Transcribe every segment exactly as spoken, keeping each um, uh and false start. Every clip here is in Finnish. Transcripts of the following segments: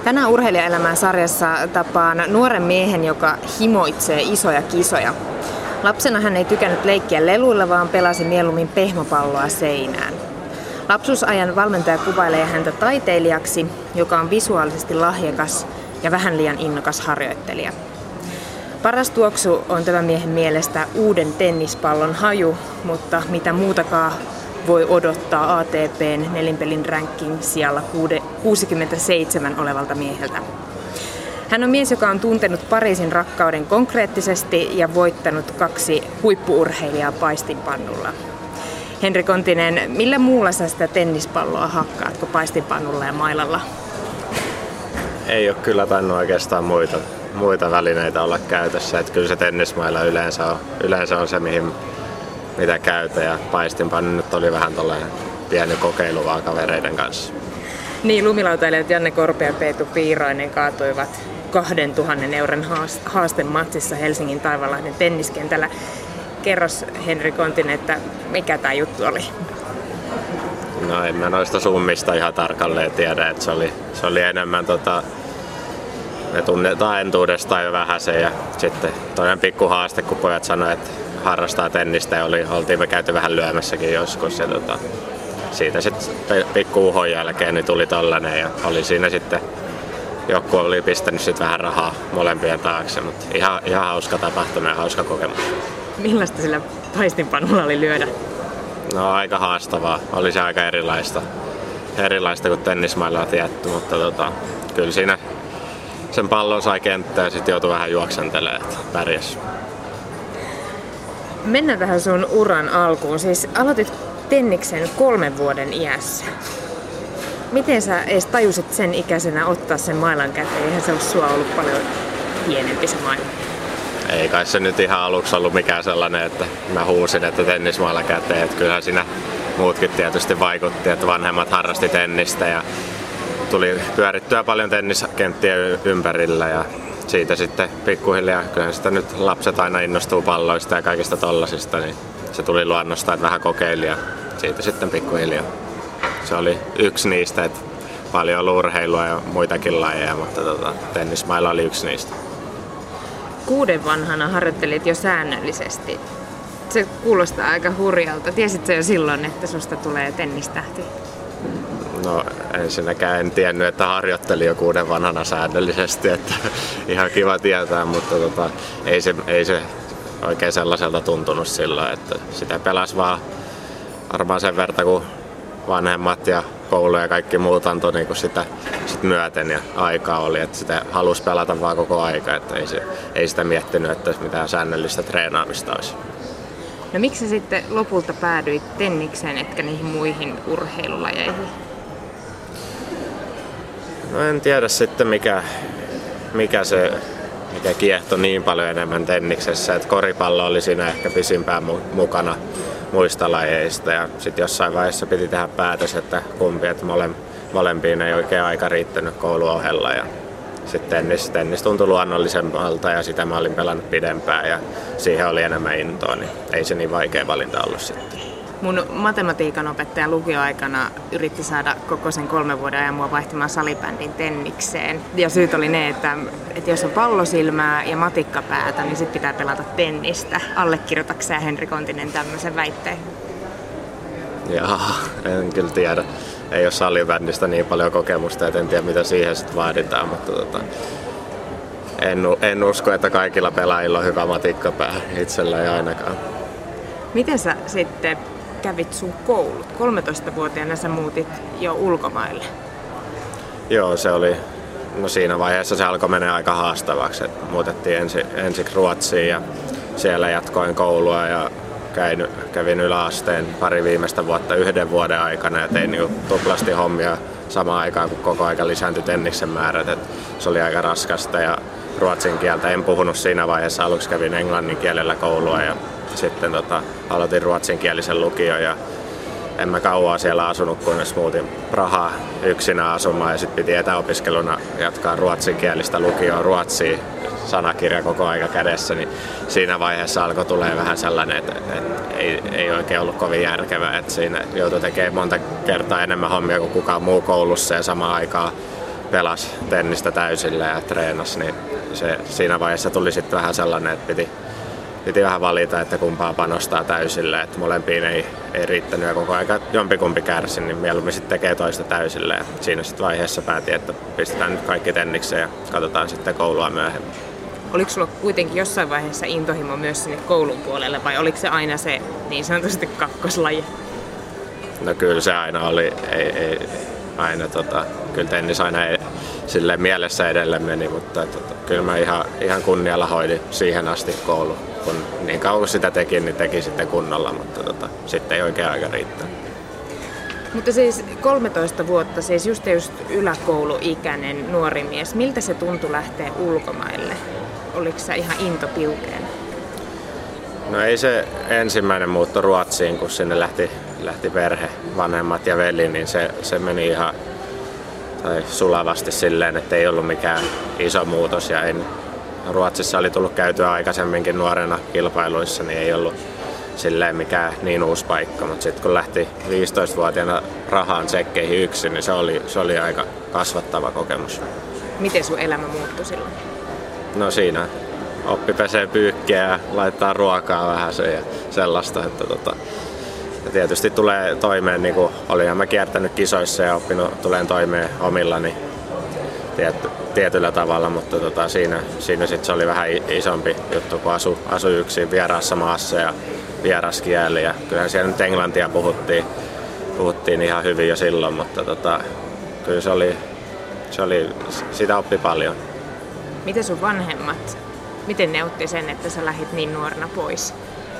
Tänään Urheilijaelämään sarjassa tapaan nuoren miehen, joka himoitsee isoja kisoja. Lapsena hän ei tykännyt leikkiä leluilla, vaan pelasi mieluummin pehmopalloa seinään. Lapsuusajan valmentaja kuvailee häntä taiteilijaksi, joka on visuaalisesti lahjakas ja vähän liian innokas harjoittelija. Paras tuoksu on tämän miehen mielestä uuden tennispallon haju, mutta mitä muutakaan voi odottaa A T P:n nelinpelin ranking sijalla kuusikymmentäseitsemän olevalta mieheltä. Hän on mies, joka on tuntenut Pariisin rakkauden konkreettisesti ja voittanut kaksi huippu-urheilijaa paistinpannulla. Henri Kontinen, millä muulla sä sitä tennispalloa hakkaatko paistinpannulla ja mailalla? Ei ole kyllä tainnut oikeastaan muita, muita välineitä olla käytössä. Että kyllä se tennismailla yleensä on, yleensä on se, mihin, mitä käytän. Ja paistinpannu nyt oli vähän tollainen pieni kokeilu vaan kavereiden kanssa. Niin, lumilautailijat Janne Korpi ja Peetu Piirainen kaatuivat kahdentuhannen euron haastematsissa Helsingin Taivanlahden tenniskentällä. Kerros Henri Kontinen, että mikä tämä juttu oli? No en mä noista summista ihan tarkalleen tiedä, että se oli, se oli enemmän tota, me tunnetaan entuudestaan jo vähän se ja sitten toinen pikku haaste, kun pojat sanoi, että harrastaa tennistä ja oli, oltiin me käyty vähän lyömässäkin joskus ja tota, siitä sitten pikku uhon jälkeen niin tuli tollanen ja oli siinä sitten joku oli pistänyt sitten vähän rahaa molempien taakse, mutta ihan, ihan hauska tapahtuma ja hauska kokemus. Millaista sillä paistinpannulla oli lyödä? No aika haastavaa. Oli se aika erilaista, erilaista kuin tennismailla on tietty, mutta tota, kyllä siinä sen pallon sai kenttään ja sitten joutui vähän juoksentelemaan, että pärjäs. Mennään vähän sun uran alkuun. Siis aloitit tenniksen kolmen vuoden iässä. Miten sä edes tajusit sen ikäisenä ottaa sen mailan käteen? Eihän se ole sua ollut paljon pienempi se maila. Ei kai se nyt ihan aluksi ollut mikään sellainen, että mä huusin, että tennismailla käteen. Että kyllähän siinä muutkin tietysti vaikutti, että vanhemmat harrasti tennistä ja tuli pyörittyä paljon tenniskenttiä ympärillä ja siitä sitten pikkuhiljaa, kyllähän sitä nyt lapset aina innostuu palloista ja kaikista tollasista, niin se tuli luonnosta, että vähän kokeili ja siitä sitten pikkuhiljaa. Se oli yksi niistä, että paljon oli urheilua ja muitakin lajeja, mutta tota, tennismailla oli yksi niistä. Kuuden vanhana harjoittelit jo säännöllisesti. Se kuulostaa aika hurjalta. Tiesitkö jo silloin, että susta tulee tennistähti? No ensinnäkään en tiennyt, että harjoittelin jo kuuden vanhana säännöllisesti. Että ihan kiva tietää, mutta tota, ei, se, ei se oikein sellaiselta tuntunut silloin. Että sitä pelasi vaan varmaan sen verran, kun vanhemmat ja koulu ja kaikki muut antoi niin sitä sit myöten ja aikaa oli, että sitä halusi pelata vaan koko aika, että ei, se, ei sitä miettinyt, että mitään säännöllistä treenaamista olisi. No miksi sä sitten lopulta päädyit tennikseen etkä niihin muihin urheilulajeihin? No en tiedä sitten mikä, mikä se mikä kiehtoi niin paljon enemmän tenniksessä, että koripallo oli siinä ehkä pisimpään mukana muista lajeista ja sitten jossain vaiheessa piti tehdä päätös, että kumpi, että mole, molempiin ei oikein aika riittänyt koulun ohella ja sitten tennis, tennis tuntui luonnollisemmalta ja sitä mä olin pelannut pidempään ja siihen oli enemmän intoa, niin ei se niin vaikea valinta ollut sitten. Mun matematiikan opettaja lukioaikana yritti saada koko sen kolmen vuoden ajan mua vaihtamaan salibändin tennikseen. Ja syyt oli ne, että, että jos on pallosilmää ja matikkapäätä, niin sit pitää pelata tennistä. Allekirjoitatko sä, Henri Kontinen, tämmöisen väitteen? Jaa, en kyllä tiedä. Ei ole salibändistä niin paljon kokemusta, et en tiedä mitä siihen sitten vaaditaan, mutta tota, en, en usko, että kaikilla pelaajilla on hyvä matikkapää, itsellä ei ainakaan. Miten sä sitten kävit sun koulut? kolmetoistavuotiaana sä muutit jo ulkomaille. Joo, se oli, no siinä vaiheessa se alkoi mennä aika haastavaksi. Et muutettiin ensi, ensiksi Ruotsiin ja siellä jatkoin koulua ja käin, kävin yläasteen pari viimeistä vuotta yhden vuoden aikana ja tein niin tuplasti hommia samaan aikaan, kun koko aika lisääntyi tenniksen määrät. Et se oli aika raskasta ja ruotsin kieltä en puhunut siinä vaiheessa. Aluksi kävin englannin kielellä koulua ja sitten tota, aloitin ruotsinkielisen lukion ja en mä kauaa siellä asunut, kunnes muutin Prahaan yksinä asumaan ja sitten piti etäopiskeluna jatkaa ruotsinkielistä lukioa Ruotsiin, sanakirja koko aika kädessä, niin siinä vaiheessa alkoi tulee vähän sellainen, että, että ei, ei oikein ollut kovin järkevää, että siinä joutui tekemään monta kertaa enemmän hommia kuin kukaan muu koulussa ja samaan aikaan pelasi tennistä täysillä ja treenasi, niin se, siinä vaiheessa tuli sitten vähän sellainen, että piti, piti vähän valita, että kumpaa panostaa täysillä, että molempiin ei, ei riittänyt ja koko aika jompikumpi kärsi, niin mieluummin sitten tekee toista täysillä ja siinä sitten vaiheessa päätin, että pistetään nyt kaikki tennikseen ja katsotaan sitten koulua myöhemmin. Oliko sulla kuitenkin jossain vaiheessa intohimo myös sinne koulun puolelle vai oliko se aina se niin sanotusti kakkoslaji? No kyllä se aina oli, ei, ei, aina tota, kyllä tennis aina ei, silleen mielessä edelle meni, mutta tota, kyllä mä ihan, ihan kunnialla hoidin siihen asti koulu. Kun niin kauan kun sitä teki, niin teki sitten kunnolla, mutta tota, sitten ei oikein aika riittää. Mutta siis kolmetoista vuotta, siis just, just yläkouluikäinen nuori mies, miltä se tuntui lähteä ulkomaille? Oliko se ihan into piukeen? No ei se ensimmäinen muutto Ruotsiin, kun sinne lähti, lähti perhe, vanhemmat ja veli, niin se, se meni ihan tai sulavasti silleen, että ei ollut mikään iso muutos. Ja ei, Ruotsissa oli tullut käytyä aikaisemminkin nuorena kilpailuissa, niin ei ollut silleen mikään niin uusi paikka. Mutta sitten kun lähti viisitoistavuotiaana rahaan tsekkeihin yksin, niin se oli, se oli aika kasvattava kokemus. Miten sun elämä muuttui silloin? No siinä oppi pesee pyykkiä ja laittaa ruokaa vähän se ja sellaista. Että tota, ja tietysti tulee toimeen, niin kuin olinhan mä kiertänyt kisoissa ja oppinut tuleen toimeen omillani tiet, tietyllä tavalla, mutta tota, siinä, siinä sit se oli vähän isompi juttu, kun asu, asu yksin vieraassa maassa ja vieras kieli. Ja kyllähän siellä nyt englantia puhuttiin, puhuttiin ihan hyvin jo silloin, mutta tota, kyllä se oli, se oli, sitä oppi paljon. Miten sun vanhemmat, miten ne otti sen, että sä lähdit niin nuorena pois?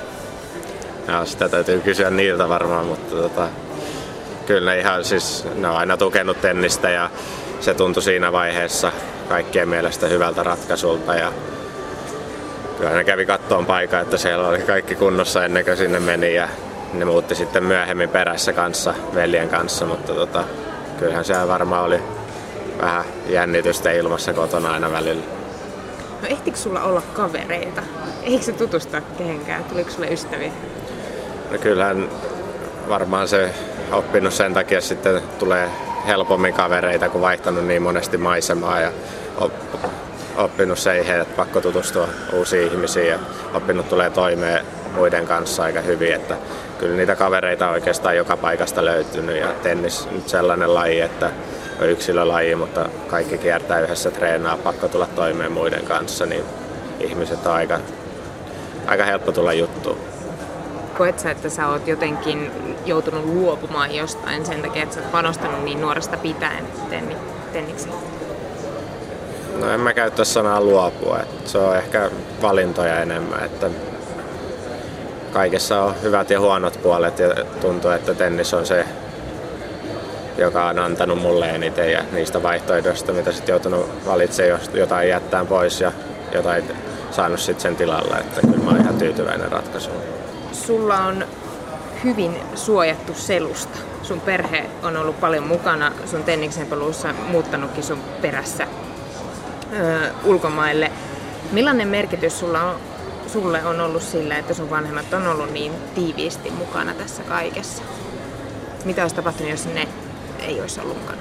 No, sitä täytyy kysyä niiltä varmaan, mutta tota, kyllä ne ihan siis, ne on aina tukenut tennistä ja se tuntui siinä vaiheessa kaikkien mielestä hyvältä ratkaisulta. Ja kyllä ne kävi kattoon paikan, että siellä oli kaikki kunnossa ennen kuin sinne meni ja ne muutti sitten myöhemmin perässä kanssa, veljen kanssa, mutta tota, kyllähän siellä varmaan oli vähän jännitystä ilmassa kotona aina välillä. No ehtikö sulla olla kavereita? Eikö se tutustua kehenkään? Tuliko sulle ystäviä? No kyllähän varmaan se oppinut sen takia sitten tulee helpommin kavereita, kun vaihtanut niin monesti maisemaa ja oppinut siihen, että pakko tutustua uusiin ihmisiin ja oppinut tulee toimeen muiden kanssa aika hyvin, että kyllä niitä kavereita on oikeastaan joka paikasta löytynyt ja tennis nyt sellainen laji, että on yksilölaji, mutta kaikki kiertää yhdessä treenaa, pakko tulla toimeen muiden kanssa, niin ihmiset on aika, aika helppo tulla juttuun. Koet sä, että sä oot jotenkin joutunut luopumaan jostain sen takia, että sä oot panostanut niin nuoresta pitäen tenni, tennikseen? No en mä käytä sanaa luopua, että se on ehkä valintoja enemmän, että kaikessa on hyvät ja huonot puolet ja tuntuu, että tennis on se, joka on antanut mulle eniten ja niistä vaihtoehdoista, mitä sitten joutunut valitsemaan, jos jotain jättää pois ja jotain saanut sitten sen tilalla, että kyllä mä oon ihan tyytyväinen ratkaisuun. Sulla on hyvin suojattu selusta. Sun perhe on ollut paljon mukana sun tenniksen peluussa, muuttanutkin sun perässä öö, ulkomaille. Millainen merkitys sulla on, sulle on ollut sillä, että sun vanhemmat on ollut niin tiiviisti mukana tässä kaikessa? Mitä olisi tapahtunut, jos ne ei olisi ollut mukana?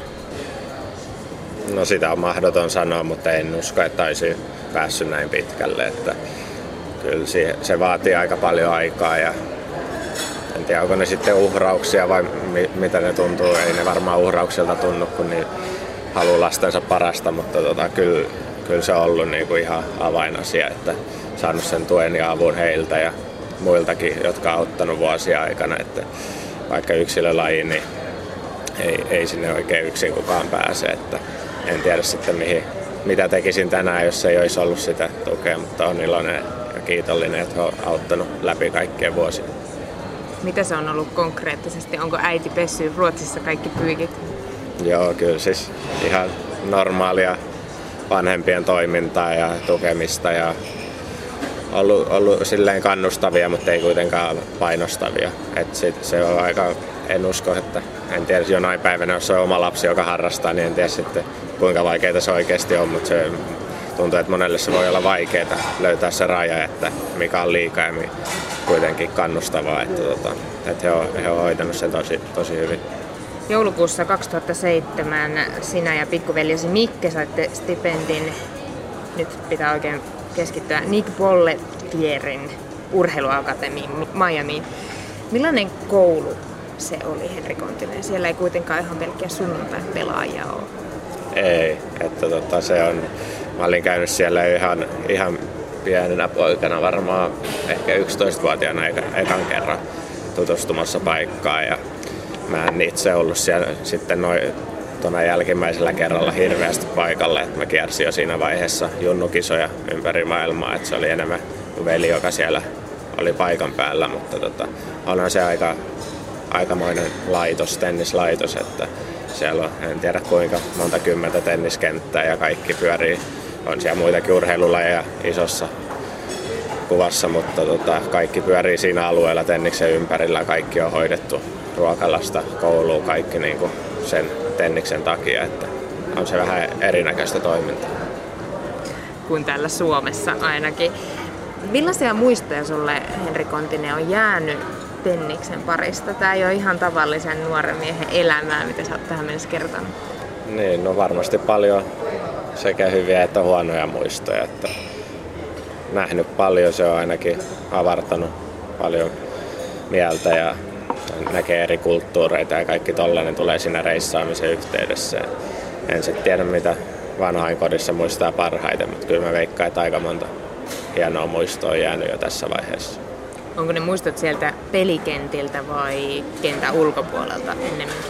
No sitä on mahdoton sanoa, mutta en usko, että olisi päässyt näin pitkälle. Että kyllä se vaatii aika paljon aikaa ja en tiedä, onko ne sitten uhrauksia vai mi- mitä ne tuntuu. Ei ne varmaan uhrauksilta tunnu, kun niin haluaa lastensa parasta, mutta tota, kyllä, kyllä se on ollut niin kuin ihan avainasia, että saanut sen tuen ja avun heiltä ja muiltakin, jotka on auttanut vuosia aikana. Että vaikka yksilölaji, niin ei, ei sinne oikein yksin kukaan pääse. Että en tiedä sitten mihin, mitä tekisin tänään, jos ei olisi ollut sitä tukea, mutta on iloinen ja kiitollinen, että he on auttanut läpi kaikkien vuosien. Mitä se on ollut konkreettisesti? Onko äiti pessyt Ruotsissa kaikki pyykit? Joo, kyllä siis ihan normaalia vanhempien toimintaa ja tukemista ja ollut, ollut silleen kannustavia, mutta ei kuitenkaan painostavia. Et sit se on aika, en usko, että en tiedä jonain päivänä, jos on oma lapsi, joka harrastaa, niin en tiedä sitten kuinka vaikeaa se oikeasti on, mutta se tuntuu, että monelle se voi olla vaikeaa löytää se raja, että mikä on liikaa ja kuitenkin kannustavaa, että, tota, että he, on, he on hoitanut sen tosi, tosi hyvin. Joulukuussa kaksituhattaseitsemän sinä ja pikkuveljesi Mikke saitte stipendin, nyt pitää oikein keskittyä, Nick Bolletierin urheiluakatemiin Miamiin. Millainen koulu se oli, Henri Kontinen? Siellä ei kuitenkaan ihan pelkkiä sunnuntai-pelaajia ole. Ei, että tota, se on, mä olin käynyt siellä ihan, ihan pienenä poikana, varmaan ehkä yksitoistavuotiaana eka, ekan kerran tutustumassa paikkaan. Ja mä en itse ollut siellä sitten noin tuona jälkimmäisellä kerralla hirveästi paikalle, että mä kiersin jo siinä vaiheessa junnukisoja ympäri maailmaa, että se oli enemmän veli, joka siellä oli paikan päällä, mutta tota, onhan se aika aikamoinen laitos, tennislaitos, että siellä on en tiedä kuinka monta kymmentä tenniskenttää ja kaikki pyörii. On siellä muitakin urheilulajeja isossa kuvassa, mutta tota, kaikki pyörii siinä alueella tenniksen ympärillä. Kaikki on hoidettu ruokalasta kouluun, kaikki niin kuin sen tenniksen takia, että on se vähän erinäköistä toimintaa. Kuin täällä Suomessa ainakin. Millaisia muistoja sulle, Henri Kontinen, on jäänyt tenniksen parista? Tämä ei ole ihan tavallisen nuoren miehen elämää, mitä sä oot tähän mennessä kertonut. Niin, no varmasti paljon sekä hyviä että huonoja muistoja. Että nähnyt paljon, se on ainakin avartanut paljon mieltä ja näkee eri kulttuureita ja kaikki tollainen tulee siinä reissaamisen yhteydessä. En sitten tiedä, mitä vanhainkodissa muistaa parhaiten, mutta kyllä mä veikkaan, että aika monta hienoa muistoa on jäänyt jo tässä vaiheessa. Onko ne muistot sieltä pelikentiltä vai kentän ulkopuolelta ennemminkin?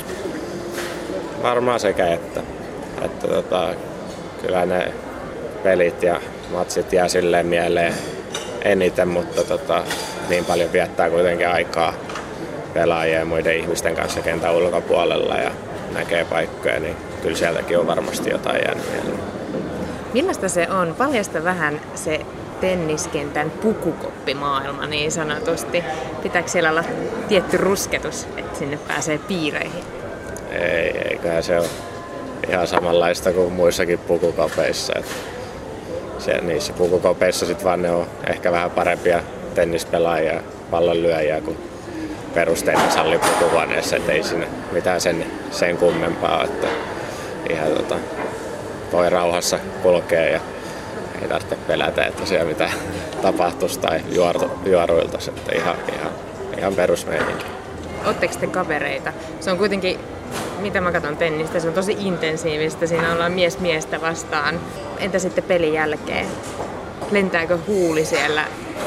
Varmaan sekä että. että tota, kyllä ne pelit ja matsit jää silleen mieleen eniten, mutta tota, niin paljon viettää kuitenkin aikaa pelaajien ja muiden ihmisten kanssa kentän ulkopuolella ja näkee paikkoja, niin kyllä sieltäkin on varmasti jotain jäänyt mieleen. Millaista se on? Paljasta vähän se tenniskentän pukukoppimaailma niin sanotusti. Pitääkö siellä olla tietty rusketus, että sinne pääsee piireihin? Ei, eiköhän se ole ihan samanlaista kuin muissakin pukukopeissa. Että se, niissä pukukopeissa sit vaan ne on ehkä vähän parempia tennispelaajia ja pallonlyöjiä kuin perusteinen salli pukuhuoneessa, että ei siinä mitään sen, sen kummempaa, että ihan tota, voi rauhassa kulkea ja ei tarvitse pelätä, että siellä mitään tapahtuisi tai juoruiltaisi, että ihan, ihan, ihan perusmeininki. Oletteko te kavereita? Se on kuitenkin, mitä mä katson tennistä, se on tosi intensiivistä, siinä ollaan mies miestä vastaan. Entä sitten pelin jälkeen? Lentääkö huuli siellä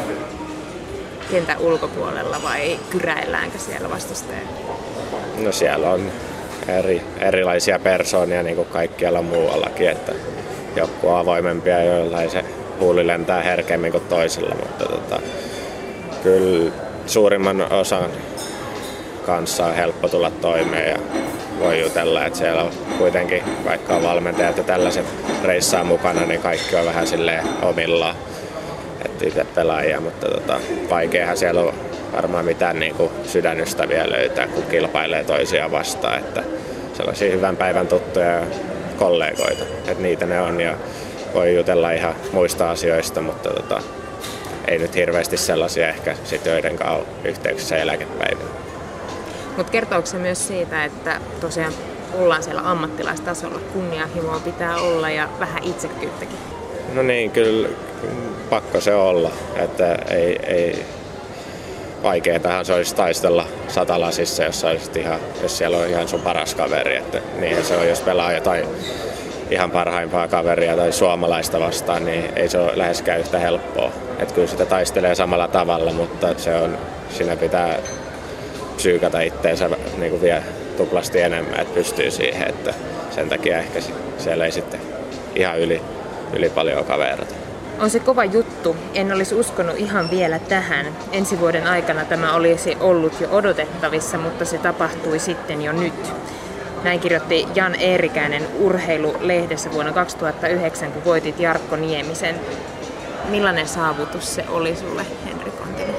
kentän ulkopuolella vai kyräilläänkö siellä vastustajia? No siellä on eri, erilaisia persoonia niin kuin kaikkialla muuallakin, että joku on avoimempia, joillain se huuli lentää herkemmin kuin toisella, mutta tota, kyllä suurimman osan kanssa on helppo tulla toimeen ja voi jutella, että siellä on kuitenkin, vaikka on valmentajat ja tällaiset reissaa mukana, niin kaikki on vähän silleen omillaan, että itse pelaajia, mutta tota, vaikeahan siellä on varmaan mitään niin kuin sydänystäviä löytää, kun kilpailee toisiaan vastaan, että sellaisia hyvän päivän tuttuja kollegoita, että niitä ne on ja voi jutella ihan muista asioista, mutta tota, ei nyt hirveästi sellaisia ehkä sit joidenkaan ole yhteyksissä eläkepäivänä. Mutta kertooko se myös siitä, että tosiaan ollaan siellä ammattilaistasolla, kunnianhimoa pitää olla ja vähän itsekkyyttäkin? No niin, kyllä pakko se olla, että ei, ei vaikeetahan se olisi taistella satalasissa, jos, ihan, jos siellä on ihan sun paras kaveri, että niinhän se on, jos pelaa jotain ihan parhaimpaa kaveria tai suomalaista vastaan, niin ei se ole läheskään yhtä helppoa. Että kyllä sitä taistelee samalla tavalla, mutta se on, siinä pitää psyykata itteensä niin kuin vielä tuplasti enemmän, että pystyy siihen, että sen takia ehkä siellä ei sitten ihan yli, yli paljon kaverata. On se kova juttu. En olisi uskonut ihan vielä tähän. Ensi vuoden aikana tämä olisi ollut jo odotettavissa, mutta se tapahtui sitten jo nyt. Näin kirjoitti Jan Eerikäinen Urheilulehdessä vuonna kaksituhattayhdeksän, kun voitit Jarkko Niemisen. Millainen saavutus se oli sulle, Henri Kontinen?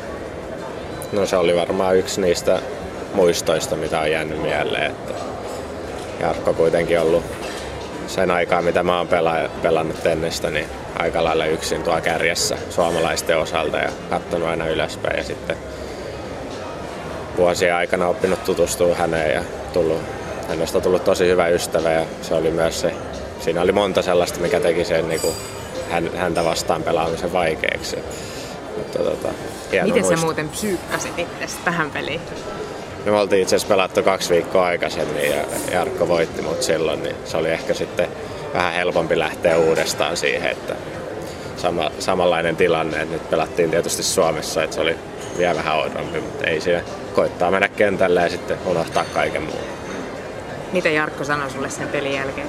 No se oli varmaan yksi niistä muistoista, mitä on jäänyt mieleen. Että Jarkko kuitenkin ollut sen aikaa, mitä mä oon pela- pelannut tennistä, niin aika lailla yksin tuo kärjessä suomalaisten osalta ja katsonut aina ylöspäin. Ja sitten vuosien aikana oppinut tutustua häneen ja tullut, hänestä on tullut tosi hyvä ystävä ja se oli myös se, siinä oli monta sellaista, mikä teki sen niin kuin häntä vastaan pelaamisen vaikeaksi. Mutta, tota, Miten muista. sä muuten psyykkasit itse tähän peliin? No, me oltiin itse asiassa pelattu kaksi viikkoa aikaisemmin ja Jarkko voitti mut silloin, niin se oli ehkä sitten vähän helpompi lähteä uudestaan siihen, että sama, samanlainen tilanne, että nyt pelattiin tietysti Suomessa, että se oli vielä vähän oudompi, mutta ei siellä koittaa mennä kentälle ja sitten unohtaa kaiken muun. Mitä Jarkko sanoi sulle sen pelin jälkeen?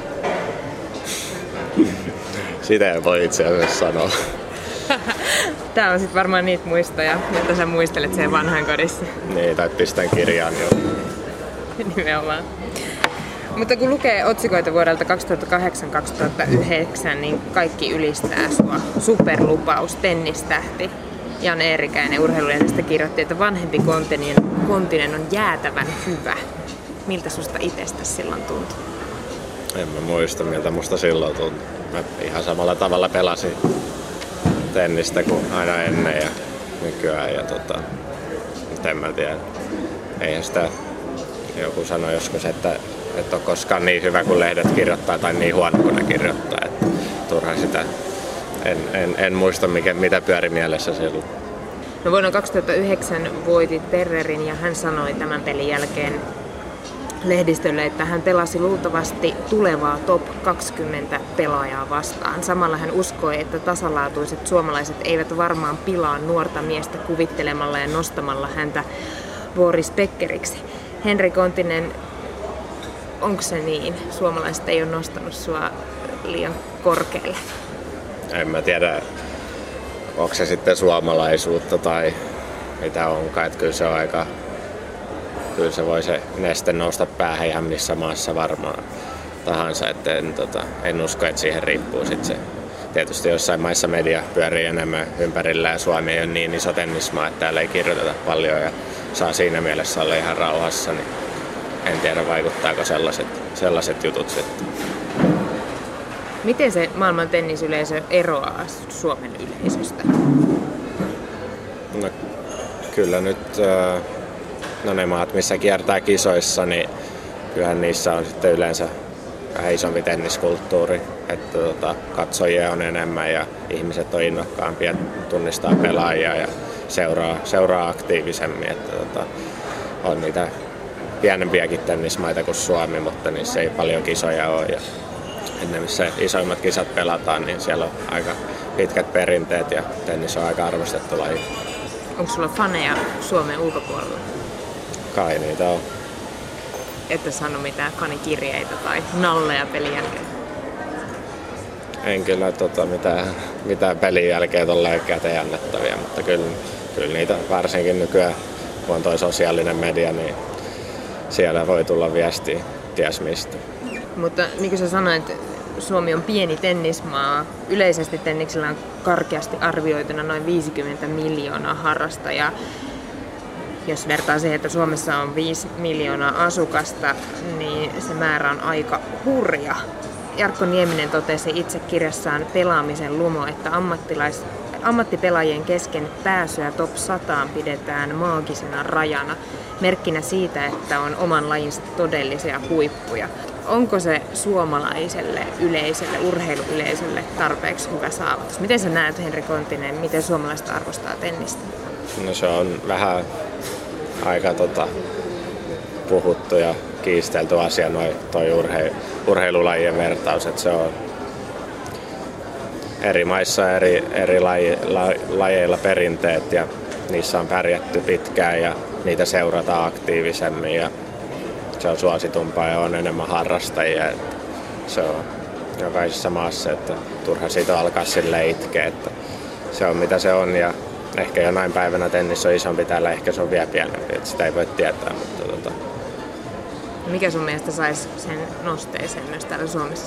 Sitä ei voi itse asiassa sanoa. Tää on sitten varmaan niitä muistoja, joita sä muistelet sen vanhan kodissa. Niin, tai pistän kirjaan jo. Nimenomaan. Mutta kun lukee otsikoita vuodelta kaksituhattakahdeksan kaksituhattayhdeksän, niin kaikki ylistää sua. Superlupaus, tennistähti. Jan Eerikäinen Urheilulehdestä kirjoitti, että vanhempi Kontinen, Kontinen on jäätävän hyvä. Miltä susta itsestä silloin tuntui? En mä muista, miltä musta silloin tuntui. Mä ihan samalla tavalla pelasin tennistä kuin aina ennen ja nykyään. Ja tota, mutta en mä tiedä. Eihän sitä, joku sanoi joskus, että et ole koskaan niin hyvä kuin lehdet kirjoittaa tai niin huono kuin ne kirjoittaa. Että turha sitä. En, en, en muista mikä, mitä pyöri mielessä silloin. No vuonna kaksituhattayhdeksän voitit Terrerin ja hän sanoi tämän pelin jälkeen lehdistölle, että hän pelasi luultavasti tulevaa top kaksikymmentä pelaajaa vastaan. Samalla hän uskoi, että tasalaatuiset suomalaiset eivät varmaan pilaa nuorta miestä kuvittelemalla ja nostamalla häntä Boris Beckeriksi. Henri Kontinen, onko se niin? Suomalaiset ei ole nostanut sua liian korkealle. En mä tiedä, onko se sitten suomalaisuutta tai mitä onkaan. Että kyllä se on aika... Kyllä se voi se neste nousta päähän ihan missä maassa varmaan tahansa. Että en, tota, en usko, että siihen riippuu sit se. Tietysti jossain maissa media pyörii enemmän ympärillä ja Suomi ei ole niin iso tennismaa, että täällä ei kirjoiteta paljon ja saa siinä mielessä olla ihan rauhassa. Niin en tiedä, vaikuttaako sellaiset, sellaiset jutut sitten. Miten se maailman tennisyleisö eroaa Suomen yleisöstä? No, kyllä nyt no ne maat, missä kiertää kisoissa, niin kyllähän niissä on sitten yleensä vähän isompi tenniskulttuuri. Että tota, katsojia on enemmän ja ihmiset on innokkaampia, tunnistaa pelaajia ja seuraa, seuraa aktiivisemmin. Että tota, on niitä pienempiäkin tennismaita kuin Suomi, mutta niissä ei paljon kisoja ole. Ja ennen missä isoimmat kisat pelataan, niin siellä on aika pitkät perinteet ja tennis on aika arvostettu laji. Onko sulla faneja Suomen ulkopuolella? Kai niitä on. Ette sano mitään fanikirjeitä tai nalleja pelin jälkeen? En kyllä tota, mitään, mitään pelin jälkeen tolleen käteen annettavia, mutta kyllä, kyllä niitä varsinkin nykyään, kun on toi sosiaalinen media, niin siellä voi tulla viestiä ties mistä. Mutta niin kuin sä sanoit, Suomi on pieni tennismaa. Yleisesti tenniksellä on karkeasti arvioituna noin viisikymmentä miljoonaa harrastajaa. Jos vertaa siihen, että Suomessa on viisi miljoonaa asukasta, niin se määrä on aika hurja. Jarkko Nieminen totesi itse kirjassaan Pelaamisen lumo, että ammattilais, ammattipelaajien kesken pääsyä top sataan pidetään maagisena rajana, merkkinä siitä, että on oman lajinsa todellisia huippuja. Onko se suomalaiselle yleisölle, urheiluyleisölle tarpeeksi hyvä saavutus? Miten sä näet, Henri Kontinen, miten suomalaiset arvostaa tennistä? No se on vähän aika tota, puhuttu ja kiistelty asia noi, toi urhe, urheilulajien vertaus, että se on eri maissa eri, eri laji, la, lajeilla perinteet ja niissä on pärjätty pitkään ja niitä seurataan aktiivisemmin ja se on suositumpaa ja on enemmän harrastajia. Että se on jokaisessa maassa, että turha siitä alkaa silleen itkeä, että se on mitä se on ja ehkä jonain päivänä tennis on isompi täällä, ehkä se on vielä pienempi, että sitä ei voi tietää. Mutta tota. Mikä sun mielestä saisi sen nosteeseen myös täällä Suomessa?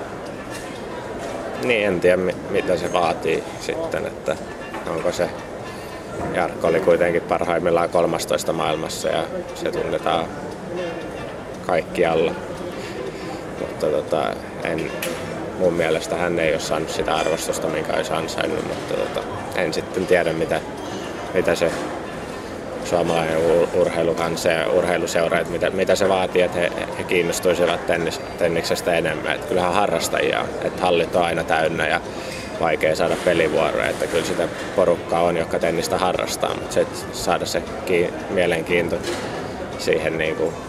Niin, en tiedä mitä se vaatii sitten, että onko se. Jarkko oli kuitenkin parhaimmillaan kolmastoista maailmassa ja se tunnetaan kaikkialla. Mutta tota, en, mun mielestä hän ei ole saanut sitä arvostusta, minkä olisi ansainnut, mutta tota, en sitten tiedä mitä, mitä se suomalainen urheilukansa ja urheiluseura, että mitä, mitä se vaatii, että he, he kiinnostuisivat tennis, tenniksestä enemmän. Että kyllähän harrastajia, että hallit on aina täynnä ja vaikea saada pelivuoroja, että kyllä sitä porukkaa on, joka tennistä harrastaa, mutta se, saada se kiin, mielenkiinto siihen niin kuin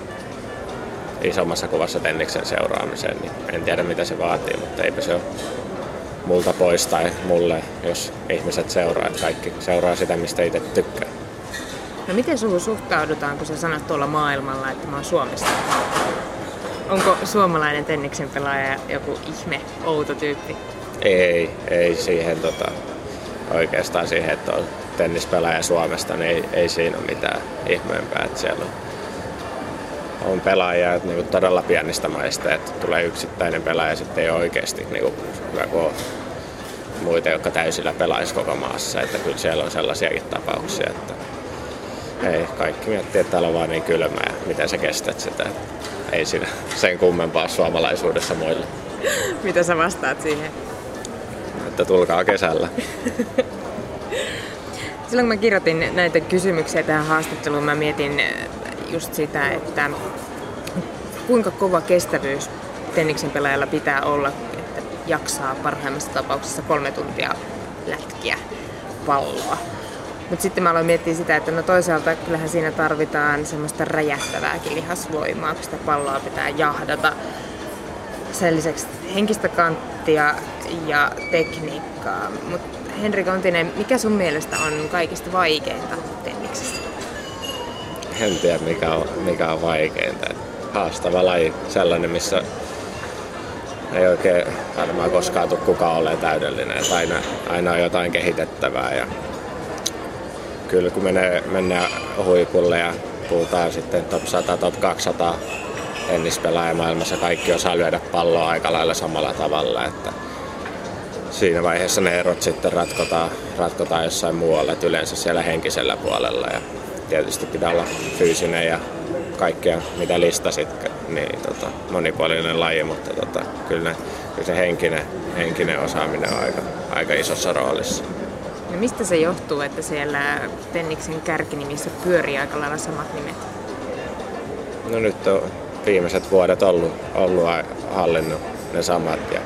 isommassa kuvassa tenniksen seuraamiseen, niin en tiedä mitä se vaatii, mutta eipä se ole multa pois tai mulle, jos ihmiset seuraa, että kaikki seuraa sitä, mistä itse tykkää. No miten suhun suhtaudutaan, kun sä sanot tuolla maailmalla, että mä oon Suomesta? Onko suomalainen tenniksen pelaaja joku ihme, outo tyyppi? Ei, ei siihen tota, oikeastaan siihen, että on tennispelaaja Suomesta, niin ei, ei siinä ole mitään ihmeempää. Että siellä on, on pelaajia niin kuin todella pienistä maista, että tulee yksittäinen pelaaja ja sitten ei ole oikeasti niin kuin, hyvä kuin on muita, jotka täysillä pelaisi koko maassa. Että kyllä siellä on sellaisiakin tapauksia, että ei, kaikki miettii, että täällä on vaan niin kylmä ja miten sä kestät sitä. Ei siinä sen kummempaa suomalaisuudessa muille. Mitä sä vastaat siihen? Että tulkaa kesällä. Silloin kun mä kirjoitin näitä kysymyksiä tähän haastatteluun, mä mietin just sitä, että kuinka kova kestävyys tenniksen pelaajalla pitää olla, että jaksaa parhaimmassa tapauksessa kolme tuntia lätkiä palloa. Mutta sitten mä aloin miettiä sitä, että no toisaalta kyllähän siinä tarvitaan semmoista räjähtävääkin lihasvoimaa, kun sitä palloa pitää jahdata. Sen lisäksi henkistä kanttia ja tekniikkaa. Mutta Henri Kontinen, mikä sun mielestä on kaikista vaikeinta tenniksessä? En tiedä mikä on, mikä on vaikeinta. Haastava laji, sellainen missä ei oikein varmaan koskaan tule kukaan olemaan täydellinen. Et aina, aina on jotain kehitettävää. Ja kyllä kun menee, mennään huipulle ja puhutaan sitten top sata, top kaksisataa tennispelaaja maailmassa, kaikki osaa lyödä palloa aika lailla samalla tavalla. Että siinä vaiheessa ne erot sitten ratkotaan, ratkotaan jossain muualla, että yleensä siellä henkisellä puolella. Ja tietysti pitää olla fyysinen ja kaikkea mitä listasit, niin tota, monipuolinen laji, mutta tota, kyllä, ne, kyllä se henkinen, henkinen osaaminen on aika, aika isossa roolissa. No mistä se johtuu, että siellä tenniksen kärkinimissä pyörii aika lailla samat nimet? No nyt on viimeiset vuodet ollut, ollut hallinnut ne samat. Ja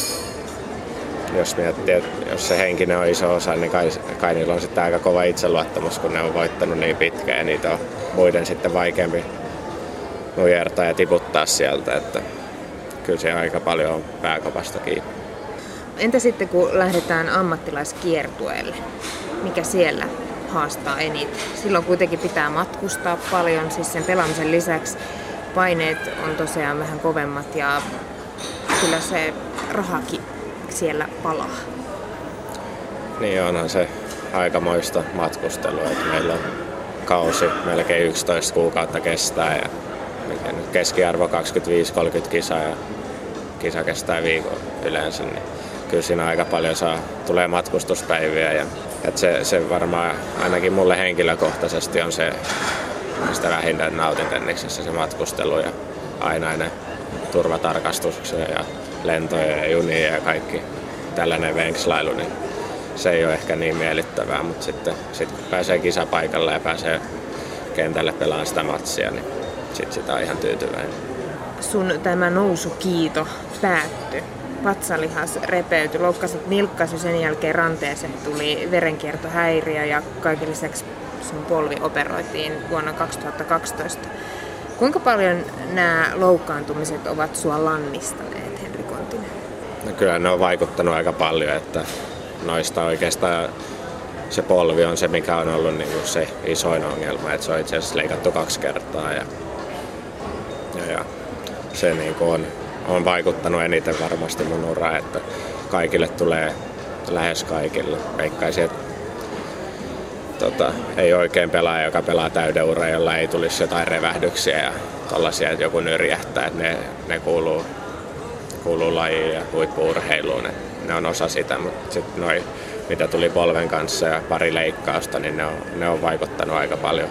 jos miettii, että jos se henkinen on iso osa, niin kai, kai niillä on sitten aika kova itseluottamus, kun ne on voittanut niin pitkään ja niitä on muiden sitten vaikeampi nujertaa ja tiputtaa sieltä. Että kyllä se aika paljon on pääkopasta kiinni. Entä sitten kun lähdetään ammattilaiskiertueelle? Mikä siellä haastaa eniten? Silloin kuitenkin pitää matkustaa paljon, siis sen pelaamisen lisäksi paineet on tosiaan vähän kovemmat ja kyllä se rahakin siellä palaa. Niin onhan se aikamoista matkustelua, että meillä on kausi melkein yksitoista kuukautta kestää ja keskiarvo kaksikymmentäviisi kolmekymmentä kisaa ja kisa kestää viikon yleensä, niin kyllä siinä aika paljon saa, tulee matkustuspäiviä ja että se, se varmaan ainakin mulle henkilökohtaisesti on se, mistä vähintään nautin tenniksessä, se matkustelu ja ainainen turvatarkastuksia ja lentoja ja junia ja kaikki tällainen venkslailu, niin se ei ole ehkä niin miellyttävää, mutta sitten sit kun pääsee kisapaikalle ja pääsee kentälle pelaamaan sitä matsia, niin sitten sitä on ihan tyytyväinen. Sun tämä nousukiito päättyi. Vatsalihas repeytyi, loukkasit nilkkasi, sen jälkeen ranteeseen tuli verenkiertohäiriö ja kaiken lisäksi sun polvi operoitiin vuonna kaksituhattakaksitoista. Kuinka paljon nämä loukkaantumiset ovat sua lannistaneet, Henri Kontinen? No kyllä ne on vaikuttanut aika paljon, että noista oikeastaan se polvi on se, mikä on ollut niin kuin se isoin ongelma, että se on itse asiassa leikattu kaksi kertaa ja, ja, ja se niin kuin on, on vaikuttanut eniten varmasti mun uraan, että kaikille tulee lähes kaikille. Veikkaisin, että tota, ei oikein pelaaja, joka pelaa täyden uran, jolla ei tulisi jotain revähdyksiä ja tollaisia, että joku nyrjähtää, että ne, ne kuuluu, kuuluu lajiin ja huippu-urheiluun. Ne on osa sitä, mutta sitten noi, mitä tuli polven kanssa ja pari leikkausta, niin ne on, ne on vaikuttanut aika paljon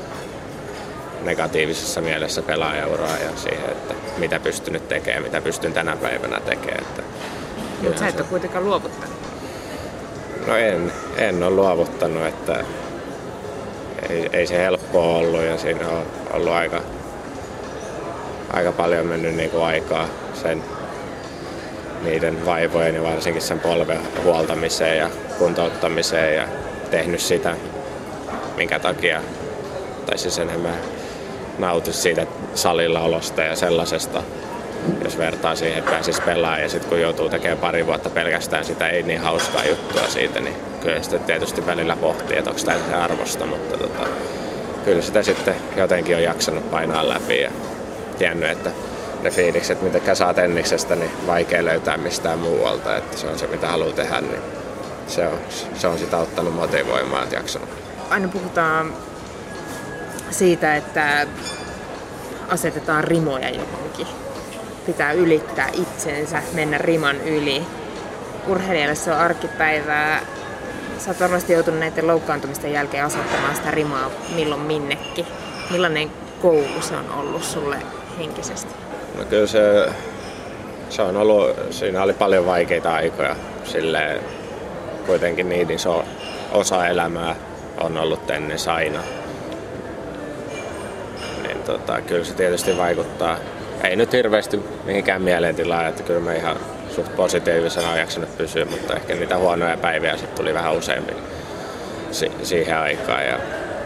negatiivisessa mielessä pelaajauraan ja siihen, että mitä pystyn nyt tekemään, mitä pystyn tänä päivänä tekemään. Mutta sä et ole kuitenkaan luovuttanut. No en, en ole luovuttanut, että ei, ei se helppoa ollut ja siinä on ollut aika, aika paljon mennyt niin kuin aikaa sen, niiden vaivojen ja varsinkin sen polven huoltamiseen ja kuntouttamiseen ja tehnyt sitä, minkä takia, tai siis enemmän nautin siitä salilla olosta ja sellaisesta, jos vertaa siihen, että pääsisi pelaamaan ja sitten kun joutuu tekemään pari vuotta pelkästään sitä ei niin hauskaa juttua siitä, niin kyllä sitä tietysti välillä pohtii, että onko tämä se arvosta, mutta tota, kyllä sitä sitten jotenkin on jaksanut painaa läpi ja tiennyt, että ne fiilikset, mitä saa tenniksestä, niin vaikea löytää mistään muualta, että se on se, mitä haluaa tehdä, niin se on, se on sitä ottanut motivoimaan, että jaksanut. Aina puhutaan siitä, että asetetaan rimoja johonkin. Pitää ylittää itsensä, mennä riman yli. Urheilijalle se on arkipäivää. Sä oot varmasti joutunut näiden loukkaantumisten jälkeen asettamaan sitä rimaa milloin minnekin. Millainen koulu se on ollut sulle henkisesti? No kyllä se, se on ollut, siinä oli paljon vaikeita aikoja. Silleen, kuitenkin niin iso osa elämää on ollut tennis aina. Niin tota, kyllä se tietysti vaikuttaa. Ei nyt hirveästi mihinkään mielentilaan, että kyllä mä ihan suht positiivisena on jaksanut pysyä, mutta ehkä niitä huonoja päiviä sitten tuli vähän useammin si- siihen aikaan. Ja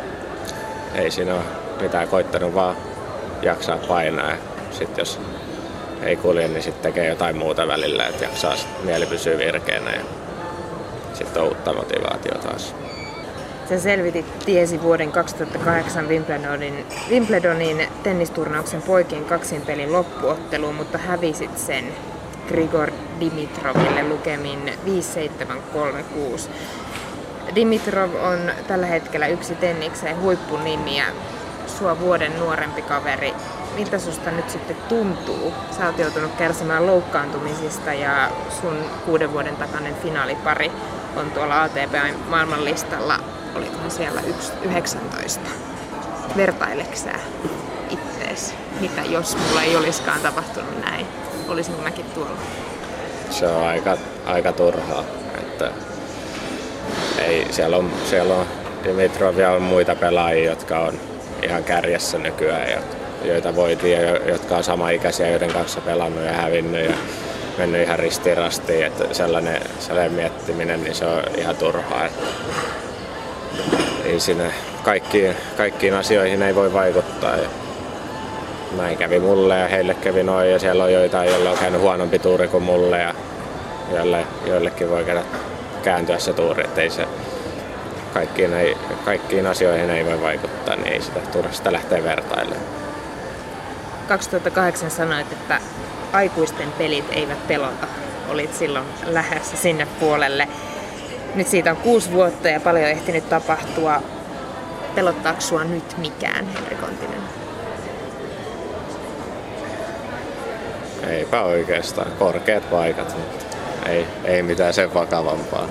ei siinä ole mitään, koittanut vaan jaksaa painaa ja sitten jos ei kulje, niin sitten tekee jotain muuta välillä, että jaksaa sit mieli pysyä virkeänä ja sitten on uutta motivaatiota taas. Sä selvitit tiesi vuoden kaksituhattakahdeksan Wimbledonin, Wimbledonin tennisturnauksen poikien kaksinpelin loppuotteluun, mutta hävisit sen Grigor Dimitroville lukemin viisi seitsemän kolme kuusi. Dimitrov on tällä hetkellä yksi tennikseen huippunimi ja sua vuoden nuorempi kaveri. Miltä susta nyt sitten tuntuu? Sä oot joutunut kärsimään loukkaantumisista ja sun kuuden vuoden takainen finaalipari on tuolla A T P maailmanlistalla. Olikohan siellä yhdeksäntoista? Vertaileksää ittees? Mitä jos mulla ei olisikaan tapahtunut näin? Olisinko mäkin tuolla? Se on aika, aika turhaa. Että ei, siellä, on, siellä on Dimitrovia on muita pelaajia, jotka on ihan kärjessä nykyään, joita voitiin ja jotka on samaikäisiä, joiden kanssa pelannut ja hävinnyt ja mennyt ihan ristiin rastiin. Että sellainen, sellainen miettiminen, niin se on ihan turhaa. Että ei siinä kaikkiin, kaikkiin asioihin ei voi vaikuttaa. Ja näin kävi mulle ja heille kävi noin ja siellä on joitain, joilla on käynyt huonompi tuuri kuin mulle ja joille, joillekin voi käydä kääntyä se tuuri, että ei se kaikkiin, ei, kaikkiin asioihin ei voi vaikuttaa, niin ei sitä turha sitä lähteä vertailemaan. kaksituhattakahdeksan sanoit, että aikuisten pelit eivät pelota. Olit silloin lähdössä sinne puolelle. Nyt siitä on kuusi vuotta ja paljon ehtinyt tapahtua. Pelottaako sua nyt mikään, Henri Kontinen? Eipä oikeastaan. Korkeat paikat, mutta ei, ei mitään sen vakavampaa.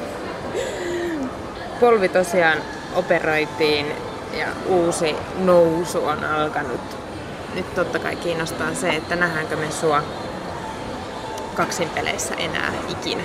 Polvi tosiaan operoitiin ja uusi nousu on alkanut. Nyt totta kai kiinnostaa se, että nähdäänkö me sua kaksinpeleissä enää ikinä.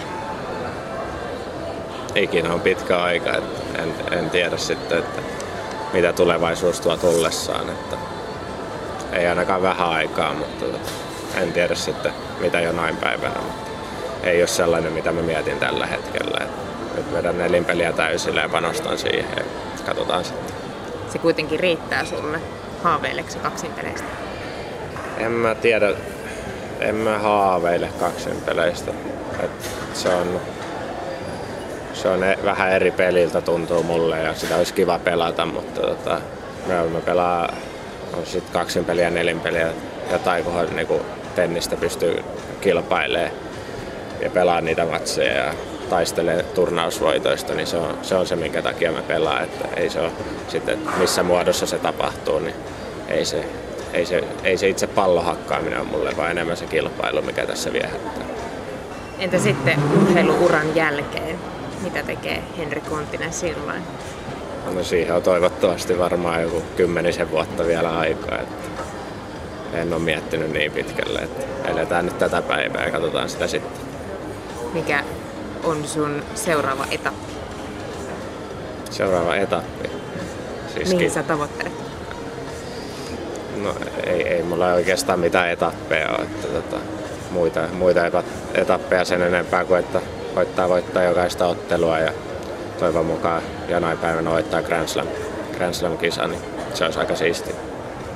Ikinä on pitkä aika, että en, en tiedä sitten, että mitä tulevaisuus tuo tullessaan. Että ei ainakaan vähän aikaa, mutta en tiedä sitten mitä jonain päivänä. Mutta ei ole sellainen, mitä mä mietin tällä hetkellä. Nyt vedän nelinpeliä täysillä ja panostan siihen ja katsotaan sitten. Se kuitenkin riittää sulle. Haaveileksä kaksinpeleistä? En mä tiedä. En mä haaveile kaksinpeleistä. Et se on, se on vähän eri peliltä tuntuu mulle ja sitä olisi kiva pelata, mutta tota, mä pelaan on sit kaksinpeliä ja nelinpeliä jotain, kunhan niinku tennistä pystyy kilpailemaan ja pelaa niitä matseja ja taistelee turnausvoitoista, niin se on, se on se, minkä takia mä pelaan. Että ei se ole sitten, missä muodossa se tapahtuu, niin ei se, ei se, ei se itse pallohakkaaminen on mulle, vaan enemmän se kilpailu, mikä tässä viehättää. Entä sitten urheiluuran jälkeen? Mitä tekee Henri Kontinen silloin? No siihen on toivottavasti varmaan joku kymmenisen vuotta vielä aikaa. Että en ole miettinyt niin pitkälle, että eletään nyt tätä päivää ja katsotaan sitä sitten. Mikä on sun seuraava etappi? Seuraava etappi? Siis Mihin ki- sä tavoittelet? No ei, ei mulla oikeastaan mitään etappeja ole, että tota, muita, muita epa, etappeja sen enempää kuin että koittaa voittaa jokaista ottelua ja toivon mukaan jonain päivänä voittaa Grand Slam, Grand Slam-kisa, niin se olisi aika siistiä.